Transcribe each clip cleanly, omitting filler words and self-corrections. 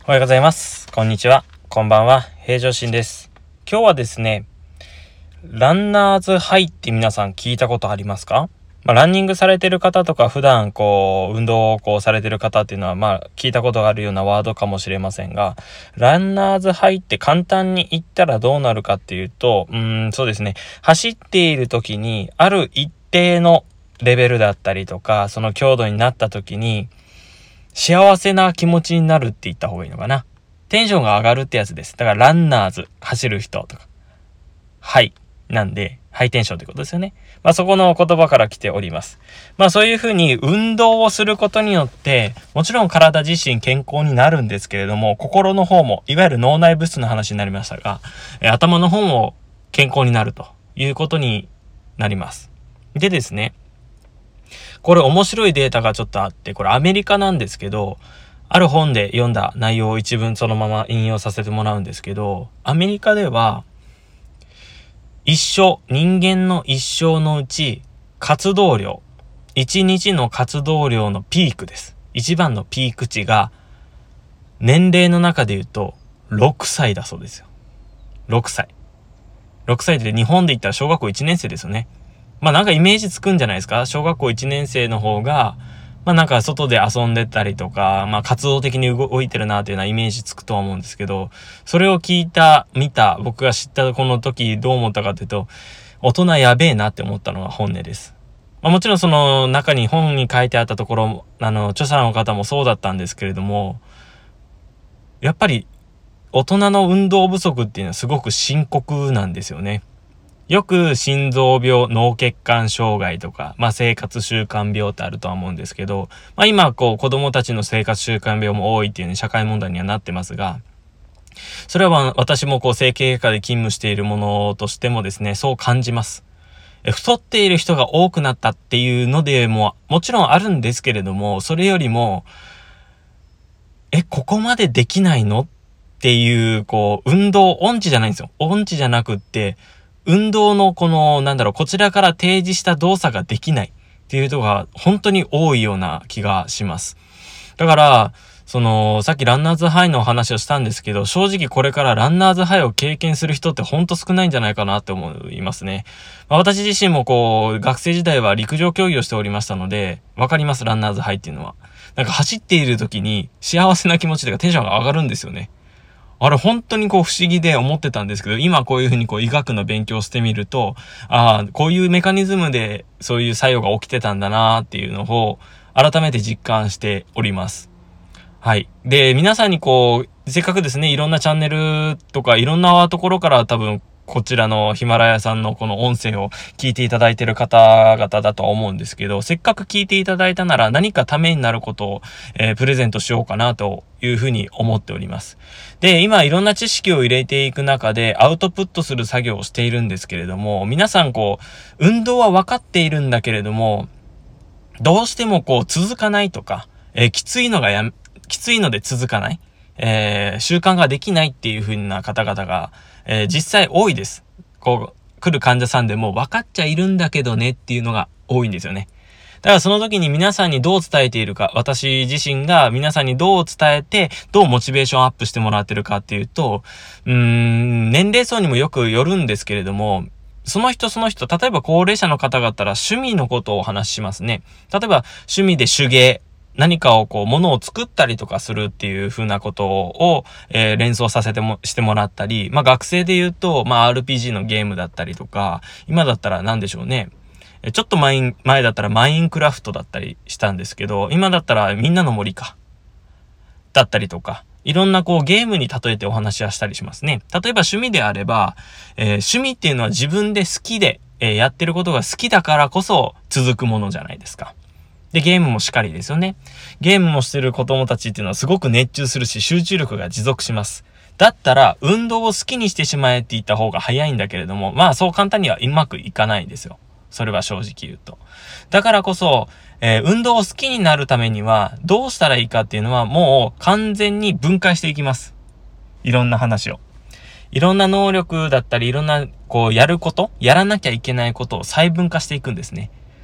おはようございます。こんにちは。こんばんは。平常心です。今日はですね、ランナーズハイって皆さん聞いたことありますか？ランニングされてる方とか普段運動をされてる方っていうのは聞いたことがあるようなワードかもしれませんが、ランナーズハイって簡単に言ったらどうなるかっていうと、そうですね、走っている時にある一定のレベルだったりとか、その強度になった時に幸せな気持ちになるって言った方がいいのかな。テンションが上がるってやつです。だからランナーズ、走る人とか。はい。なんで、ハイテンションってことですよね。そこの言葉から来ております。そういうふうに運動をすることによって、もちろん体自身健康になるんですけれども、心の方も、いわゆる脳内物質の話になりましたが、頭の方も健康になるということになります。でですね、これ面白いデータがちょっとあって、これアメリカなんですけど、ある本で読んだ内容を一文そのまま引用させてもらうんですけど、アメリカでは、人間の一生のうち、活動量、一日の活動量のピークです。一番のピーク値が、年齢の中で言うと、6歳だそうですよ。6歳。6歳で日本で言ったら小学校1年生ですよね。なんかイメージつくんじゃないですか。小学校1年生の方が、なんか外で遊んでたりとか、活動的に動いてるなっていうようなイメージつくとは思うんですけど、それを見た、僕が知ったこの時どう思ったかというと、大人やべえなって思ったのが本音です。もちろんその中に本に書いてあったところ、著者の方もそうだったんですけれども、やっぱり大人の運動不足っていうのはすごく深刻なんですよね。よく心臓病、脳血管障害とか、生活習慣病ってあるとは思うんですけど、今子供たちの生活習慣病も多いっていうね、社会問題にはなってますが、それは私も整形外科で勤務しているものとしてもですね、そう感じます。太っている人が多くなったっていうのでも、もちろんあるんですけれども、それよりも、ここまでできないのっていう、運動音痴じゃないんですよ。音痴じゃなくって、運動のこちらから提示した動作ができないっていう人が本当に多いような気がします。だから、さっきランナーズハイの話をしたんですけど、正直これからランナーズハイを経験する人って本当少ないんじゃないかなって思いますね。私自身も学生時代は陸上競技をしておりましたので、わかります、ランナーズハイっていうのは。なんか走っている時に幸せな気持ちというかテンションが上がるんですよね。あれ本当に不思議で思ってたんですけど、今こういうふうに医学の勉強をしてみると、こういうメカニズムでそういう作用が起きてたんだなっていうのを改めて実感しております。はい。で、皆さんにせっかくですね、いろんなチャンネルとかいろんなところから多分こちらのヒマラヤさんのこの音声を聞いていただいている方々だとは思うんですけど、せっかく聞いていただいたなら何かためになることを、プレゼントしようかなというふうに思っております。で、今いろんな知識を入れていく中でアウトプットする作業をしているんですけれども、皆さん運動は分かっているんだけれども、どうしても続かないとか、きついので続かない、習慣ができないっていう風な方々が、実際多いです。来る患者さんでも分かっちゃいるんだけどねっていうのが多いんですよね。だからその時に皆さんにどう伝えているか、私自身が皆さんにどう伝えて、どうモチベーションアップしてもらってるかっていうと、年齢層にもよくよるんですけれども、その人、例えば高齢者の方々ら趣味のことをお話ししますね。例えば趣味で手芸、何かを物を作ったりとかするっていう風なことを、連想してもらったり、学生で言うと、RPG のゲームだったりとか、今だったら何でしょうね。ちょっと前だったらマインクラフトだったりしたんですけど、今だったらみんなの森か。だったりとか、いろんなゲームに例えてお話はしたりしますね。例えば趣味であれば、趣味っていうのは自分で好きで、やってることが好きだからこそ続くものじゃないですか。で、ゲームもしっかりですよね。ゲームもしてる子供たちっていうのはすごく熱中するし、集中力が持続します。だったら、運動を好きにしてしまえって言った方が早いんだけれども、そう簡単にはうまくいかないんですよ。それは正直言うと。だからこそ、運動を好きになるためには、どうしたらいいかっていうのは、もう完全に分解していきます。いろんな話を。いろんな能力だったり、いろんな、やること、やらなきゃいけないことを細分化していくんですね。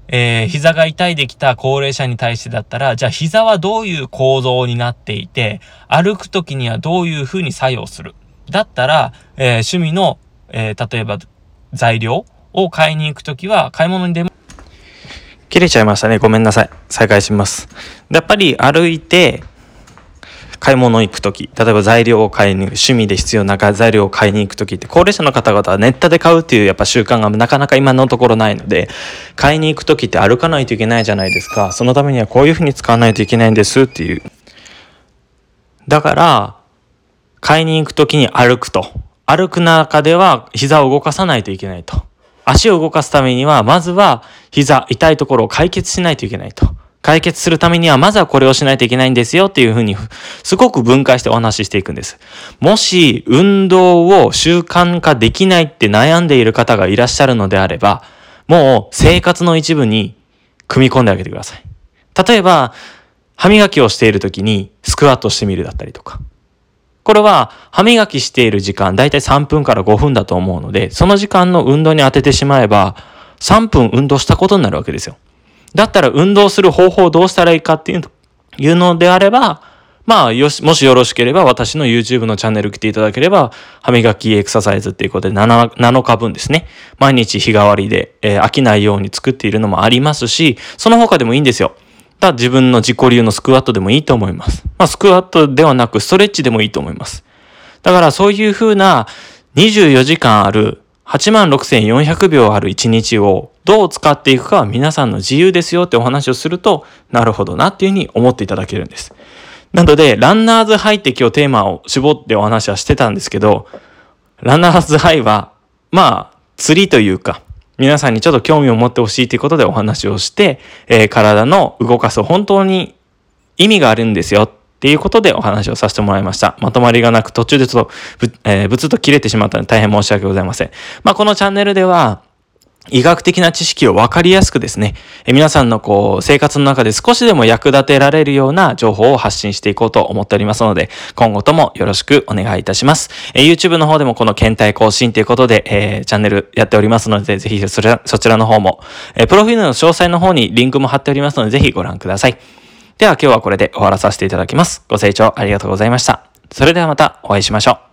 膝が痛いできた高齢者に対してだったら、じゃあ膝はどういう構造になっていて、歩くときにはどういう風に作用する。だったら、趣味の、例えば材料を買いに行くときは、買い物に出も、切れちゃいましたね。ごめんなさい。再開します。やっぱり歩いて、買い物行くとき、例えば材料を買いに、趣味で必要な材料を買いに行くときって、高齢者の方々はネットで買うっていうやっぱ習慣がなかなか今のところないので、買いに行くときって歩かないといけないじゃないですか。そのためにはこういうふうに使わないといけないんですっていう。だから、買いに行くときに歩くと。歩く中では膝を動かさないといけないと。足を動かすためには、まずは膝、痛いところを解決しないといけないと。解決するためには、まずはこれをしないといけないんですよっていうふうに、すごく分解してお話ししていくんです。もし、運動を習慣化できないって悩んでいる方がいらっしゃるのであれば、もう生活の一部に組み込んであげてください。例えば、歯磨きをしているときにスクワットしてみるだったりとか。これは歯磨きしている時間、だいたい3分から5分だと思うので、その時間の運動に当ててしまえば、3分運動したことになるわけですよ。だったら運動する方法をどうしたらいいかっていうのであれば、もしよろしければ私の YouTube のチャンネル来ていただければ、歯磨きエクササイズっていうことで7日分ですね。毎日日替わりで、飽きないように作っているのもありますし、その他でもいいんですよ。自分の自己流のスクワットでもいいと思います。スクワットではなくストレッチでもいいと思います。だからそういう風な24時間ある86,400 秒ある1日をどう使っていくかは皆さんの自由ですよってお話をすると、なるほどなっていう風に思っていただけるんです。なので、ランナーズハイって今日テーマを絞ってお話はしてたんですけど、ランナーズハイは、釣りというか、皆さんにちょっと興味を持ってほしいということでお話をして、体の動かす本当に意味があるんですよっていうことでお話をさせてもらいました。まとまりがなく途中でちょっとブツッと切れてしまったので大変申し訳ございません。このチャンネルでは医学的な知識を分かりやすくですね、皆さんの生活の中で少しでも役立てられるような情報を発信していこうと思っておりますので、今後ともよろしくお願いいたします。YouTube の方でもこの検体更新ということで、チャンネルやっておりますので、ぜひそちらの方も、プロフィールの詳細の方にリンクも貼っておりますので、ぜひご覧ください。では今日はこれで終わらさせていただきます。ご清聴ありがとうございました。それではまたお会いしましょう。